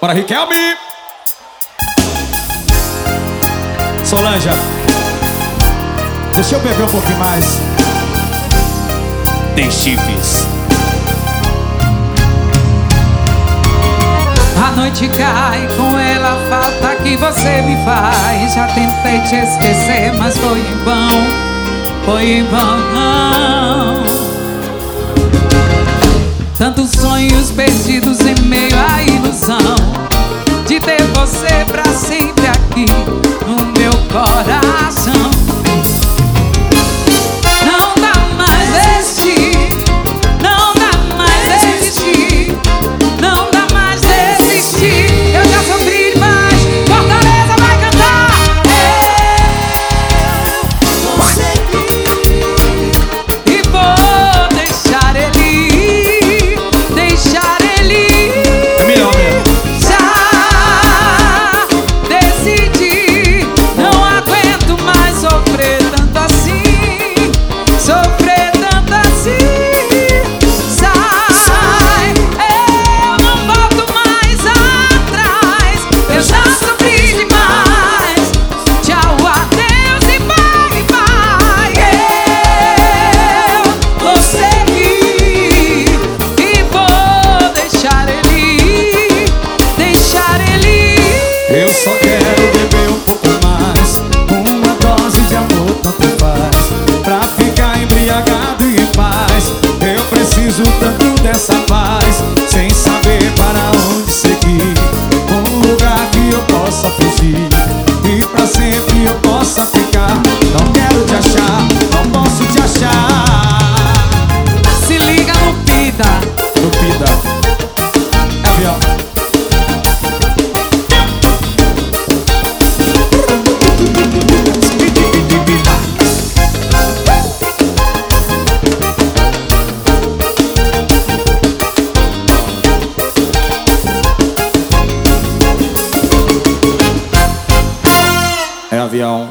Bora, Riquelme! Solange, deixa eu beber um pouquinho mais. Tem chifres. A noite cai, com ela a falta que você me faz. Já tentei te esquecer, mas foi em vão. Foi em vão. Tantos sonhos perdidos em meio à ilusão de ter você pra sempre aqui no meu coração. Não dá mais desistir, não dá mais desistir, não dá mais desistir. Eu já sofri demais, Fortaleza vai cantar. Eu vou seguir e vou deixar ele, deixar ele. É melhor mesmo. Já decidi, não aguento mais sofrer tanto assim, sofrer tanto assim. Sai, eu não volto mais atrás. Eu já sofri demais. Tchau, adeus e bye, bye. Eu vou seguir e vou deixar ele, deixar ele. Eu só quero beber um pouco mais. Uma dose de amor tanto faz. Pra ficar embriagado e em paz. Eu preciso tanto dessa paz. Sem saber para onde seguir. Um lugar que eu possa fugir e pra sempre eu possa ficar. Não quero te achar, não posso te achar. Se liga no Pida. Dupida. É avião. É avião.